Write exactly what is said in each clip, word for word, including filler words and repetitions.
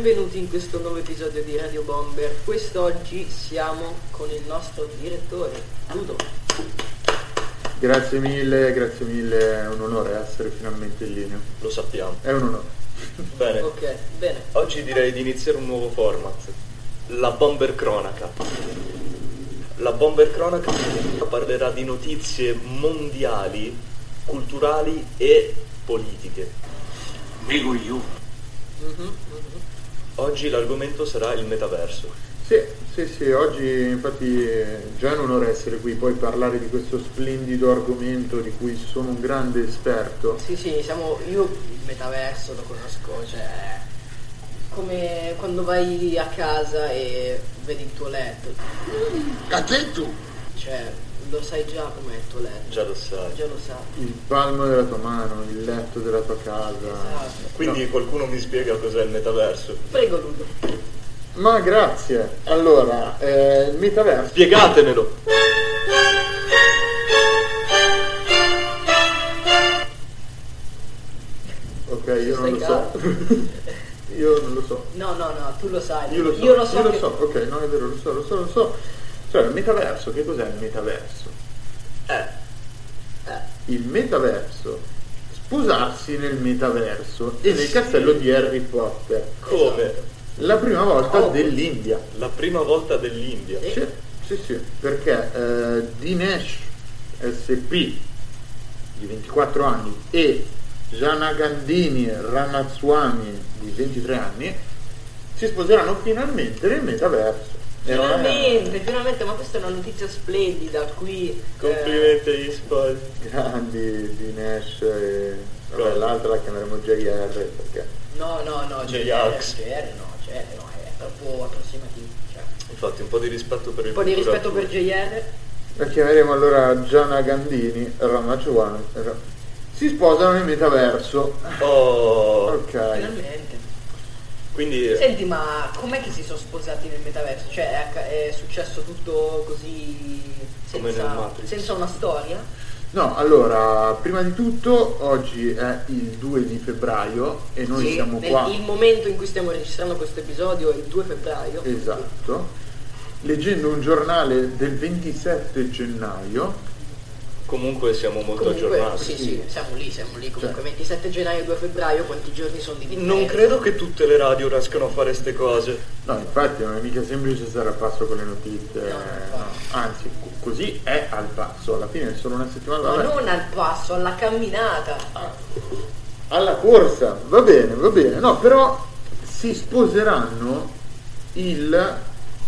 benvenuti in questo nuovo episodio di Radio Bomber. Quest'oggi siamo con il nostro direttore, Ludo. Grazie mille, grazie mille, è un onore essere finalmente in linea. Lo sappiamo. È un onore. Bene. Ok, bene. Oggi direi di iniziare un nuovo format. La Bomber Cronaca. La Bomber Cronaca parlerà di notizie mondiali, culturali e politiche. Nego io. Mhm, mhm. Oggi l'argomento sarà il metaverso. Sì, sì, sì, oggi infatti è già un onore essere qui, poi parlare di questo splendido argomento di cui sono un grande esperto. Sì, sì, siamo, io il metaverso lo conosco, cioè come quando vai a casa e vedi il tuo letto, A te tu. cioè lo sai già com'è il tuo letto, Già lo sai. già lo sai. Il palmo della tua mano, il letto della tua casa. Esatto. Quindi qualcuno mi spiega cos'è il metaverso? Prego Ludo. Ma grazie. Allora, eh, il metaverso. Spiegatemelo! Ok, io non Stai lo so. calmo. Io non lo so. No, no, no, tu lo sai. Io lo so, io lo so. io lo che- so. Ok, no, è vero, lo so, lo so, lo so. Cioè, il metaverso, che cos'è il metaverso? Eh, Eh, Il metaverso, sposarsi nel metaverso e nel castello di Harry Potter. come? La prima volta Oh. dell'India. La prima volta dell'India. Sì. Sì, sì, sì, perché eh, Dinesh S P di ventiquattro anni e Janagandini Ramaswamy di ventitré anni si sposeranno finalmente nel metaverso. Era una- Finalmente, finalmente, ma questa è una notizia splendida qui. eh, Complimenti agli spalti. grandi Dinesh e vabbè, Cosa? l'altra la chiameremo J R perché No, no, no, J-Ax. J R, no, J R no, è troppo approssimativo. Cioè. Infatti un po' di rispetto per il Un po' di cultura rispetto per tua. J R. la chiameremo allora Janagandini Ramaswamy. Si sposano nel metaverso. Oh, Ok. Finalmente. quindi Senti, ma com'è che si sono sposati nel metaverso? Cioè è, è successo tutto così Come senza, nel Matrix. senza una storia? No, allora, prima di tutto, oggi è il due di febbraio e noi Sì, siamo nel- qua. Il momento in cui stiamo registrando questo episodio è il due febbraio. Esatto. Leggendo un giornale del ventisette gennaio. comunque siamo molto Comunque, aggiornati. sì, sì, siamo lì, siamo lì. Comunque Cioè. ventisette gennaio, due febbraio, quanti giorni sono di differenza? Non credo che tutte le radio riescano a fare ste cose. No, infatti non è mica semplice stare al passo con le notizie. No, no, no. Anzi, co- così è al passo. Alla fine è solo una settimana. Ma vabbè. non al passo, alla camminata. Alla corsa, va bene, va bene. No, però si sposeranno il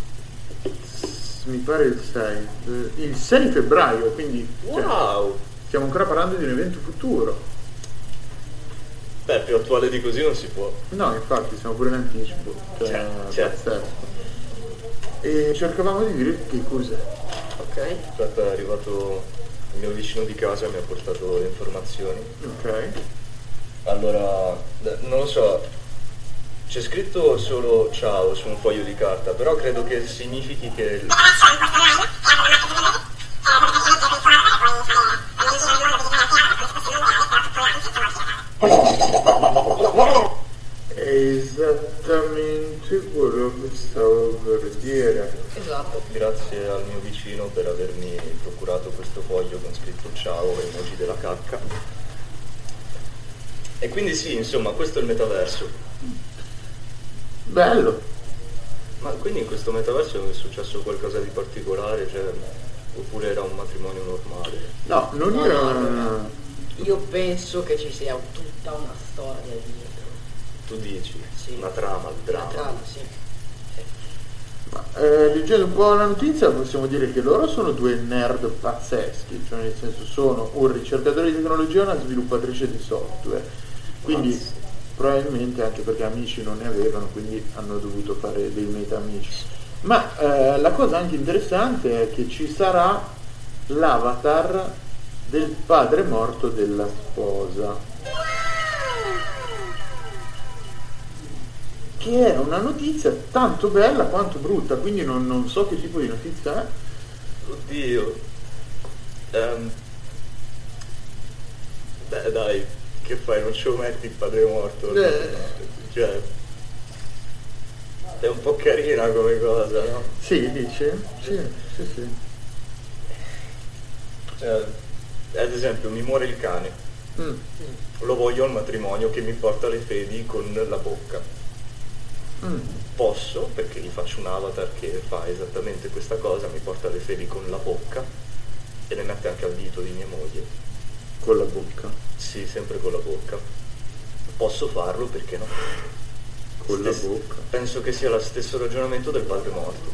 mi pare il sei, eh, il sei febbraio, quindi cioè, Wow! stiamo ancora parlando di un evento futuro. Beh, più attuale di così non si può. No, infatti siamo pure in anticipo, cioè, Certo, certo. pazzesco. E cercavamo di dire che cos'è. Ok. Aspetta, è arrivato il mio vicino di casa e mi ha portato le informazioni. Ok. Allora, d- non lo so, c'è scritto solo ciao su un foglio di carta, però credo che significhi che... È esattamente quello che stavo per dire. Esatto. Grazie al mio vicino per avermi procurato questo foglio con scritto ciao e emoji della cacca. E quindi sì, insomma, questo è il metaverso. Bello. Ma quindi in questo metaverso è successo qualcosa di particolare, cioè, oppure era un matrimonio normale? No, non No, era... no, no. Io penso che ci sia tutta una storia dietro. Tu dici? Sì. Una trama, il Una dramma. trama, sì. Sì. Ma, eh, leggendo un po' la notizia possiamo dire che loro sono due nerd pazzeschi, cioè nel senso sono un ricercatore di tecnologia e una sviluppatrice di software, quindi Mazza. probabilmente anche perché amici non ne avevano, quindi hanno dovuto fare dei meta amici. Ma eh, la cosa anche interessante è che ci sarà l'avatar del padre morto della sposa, che era una notizia tanto bella quanto brutta, quindi non, non so che tipo di notizia è. Oddio. Ehm. Beh dai, che fai? Non ce lo metti il padre morto? Eh. Cioè, È un po' carina come cosa, no? Sì, dici? Sì, sì, sì. Cioè, ad esempio, mi muore il cane, Mm. lo voglio al matrimonio che mi porta le fedi con la bocca. Mm. Posso, perché gli faccio un avatar che fa esattamente questa cosa, mi porta le fedi con la bocca e le mette anche al dito di mia moglie. Con la bocca. Sì, sempre con la bocca. Posso farlo, perché no? Con la Stes- bocca. Penso che sia lo stesso ragionamento del padre morto.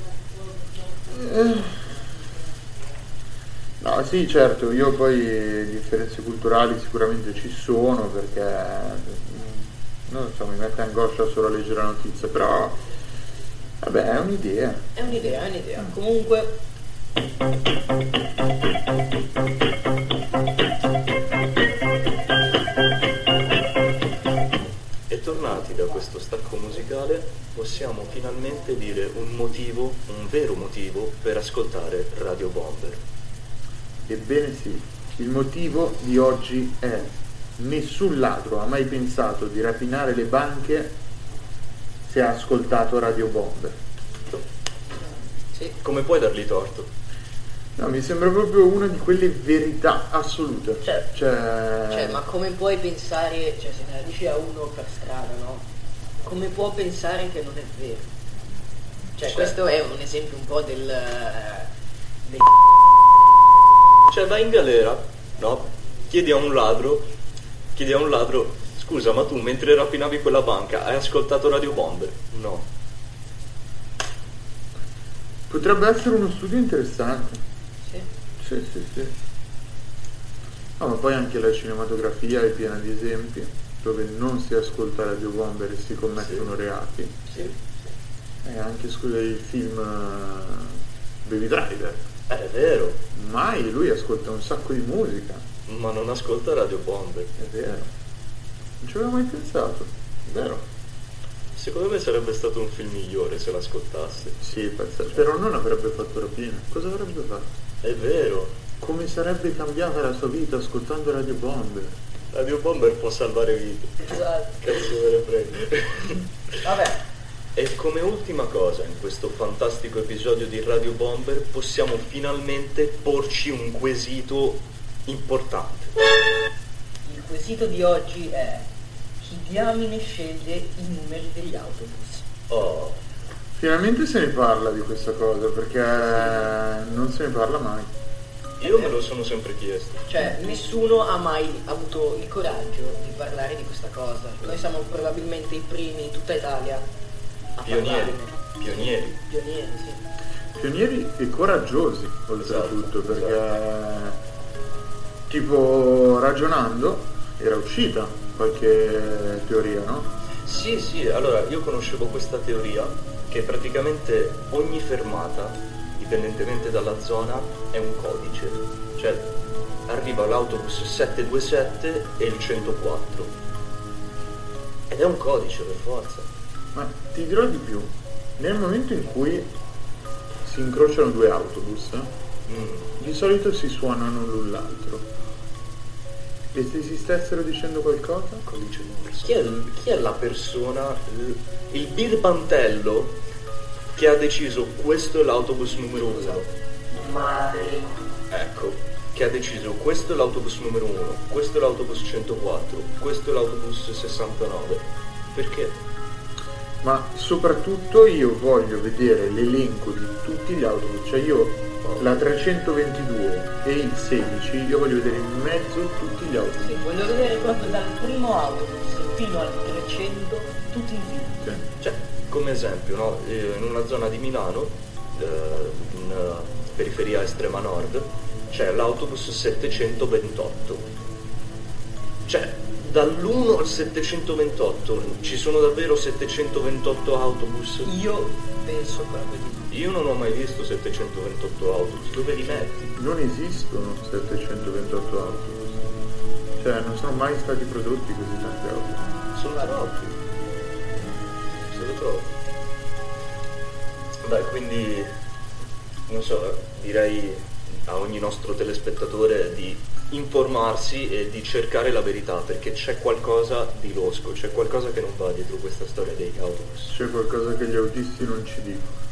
No, sì, certo, io poi differenze culturali sicuramente ci sono, perché mm, non lo so, mi mette angoscia solo a leggere la notizia, però vabbè, è un'idea. È un'idea, è un'idea. Comunque, E tornati da questo stacco musicale, possiamo finalmente dire un motivo, un vero motivo, per ascoltare Radio Bomber. Ebbene sì, il motivo di oggi è: nessun ladro ha mai pensato di rapinare le banche se ha ascoltato Radio Bomber. sì, Come puoi dargli torto? No, mi sembra proprio una di quelle verità assolute. Certo. Cioè, cioè, ma come puoi pensare, cioè se ne dici a uno per strada, no? Come può pensare che non è vero? Cioè, Certo. questo è un esempio un po' del... del Cioè, vai in galera, no? Chiedi a un ladro, chiedi a un ladro, scusa, ma tu mentre rapinavi quella banca hai ascoltato Radio Bomber? No. potrebbe essere uno studio interessante. sì. Sì, sì, sì. No, ma poi anche la cinematografia è piena di esempi dove non si ascolta Radio Bomber e si commettono Sì. reati. Sì. E anche scusa il film eh, Baby Driver. Eh, è vero, Mai lui ascolta un sacco di musica, ma non ascolta Radio Bomber. è vero. Non ci avevo mai pensato, è vero. Secondo me sarebbe stato un film migliore se l'ascoltasse. Sì, pazzesco. Però non avrebbe fatto rapina. Cosa avrebbe fatto? È vero, Come sarebbe cambiata la sua vita ascoltando Radio Bomber? Radio Bomber può salvare vite. Esatto. Cazzo me ne frega. Vabbè, E come ultima cosa in questo fantastico episodio di Radio Bomber possiamo finalmente porci un quesito importante. il quesito di oggi è: chi diamine sceglie i numeri degli autobus? Oh, Finalmente se ne parla di questa cosa, perché non se ne parla mai. io me lo sono sempre chiesto. Cioè, nessuno ha mai avuto il coraggio di parlare di questa cosa. Noi siamo probabilmente i primi in tutta Italia a Pionieri, parlarne. pionieri. Pionieri, sì. Pionieri e coraggiosi, oltretutto, Esatto, perché tipo ragionando era uscita qualche teoria, no? Sì, sì, allora io conoscevo questa teoria che praticamente ogni fermata, dipendentemente dalla zona, è un codice. Cioè arriva l'autobus settecentoventisette e il centoquattro. Ed è un codice per forza. Ma ti dirò di più, nel momento in cui si incrociano due autobus, Mm. di solito si suonano l'un l'altro. E se si stessero dicendo qualcosa? Codice Morse. Chi è, chi è la persona, il, il birbantello che ha deciso questo è l'autobus numero uno? Mare. Ecco, che ha deciso questo è l'autobus numero uno, questo è l'autobus centoquattro, questo è l'autobus sessantanove. Perché? Ma soprattutto io voglio vedere l'elenco di tutti gli autobus, cioè io la trecentoventidue e il sedici, io voglio vedere in mezzo tutti gli autobus. Sì, voglio vedere proprio dal primo autobus fino al trecento tutti in fila. Sì. Cioè, come esempio, no? Eh, in una zona di Milano, eh, in eh, periferia estrema nord, c'è l'autobus settecentoventotto. Cioè, dall'uno al settecentoventotto ci sono davvero settecentoventotto autobus? Io penso proprio di no. Io non ho mai visto settecentoventotto autobus, dove li metti? Non esistono settecentoventotto autobus, cioè non sono mai stati prodotti così tanti autobus. Sono troppi. Sono troppi. Beh, quindi, non so, direi a ogni nostro telespettatore di informarsi e di cercare la verità, perché c'è qualcosa di losco, c'è qualcosa che non va dietro questa storia dei autobus. C'è qualcosa che gli autisti non ci dicono.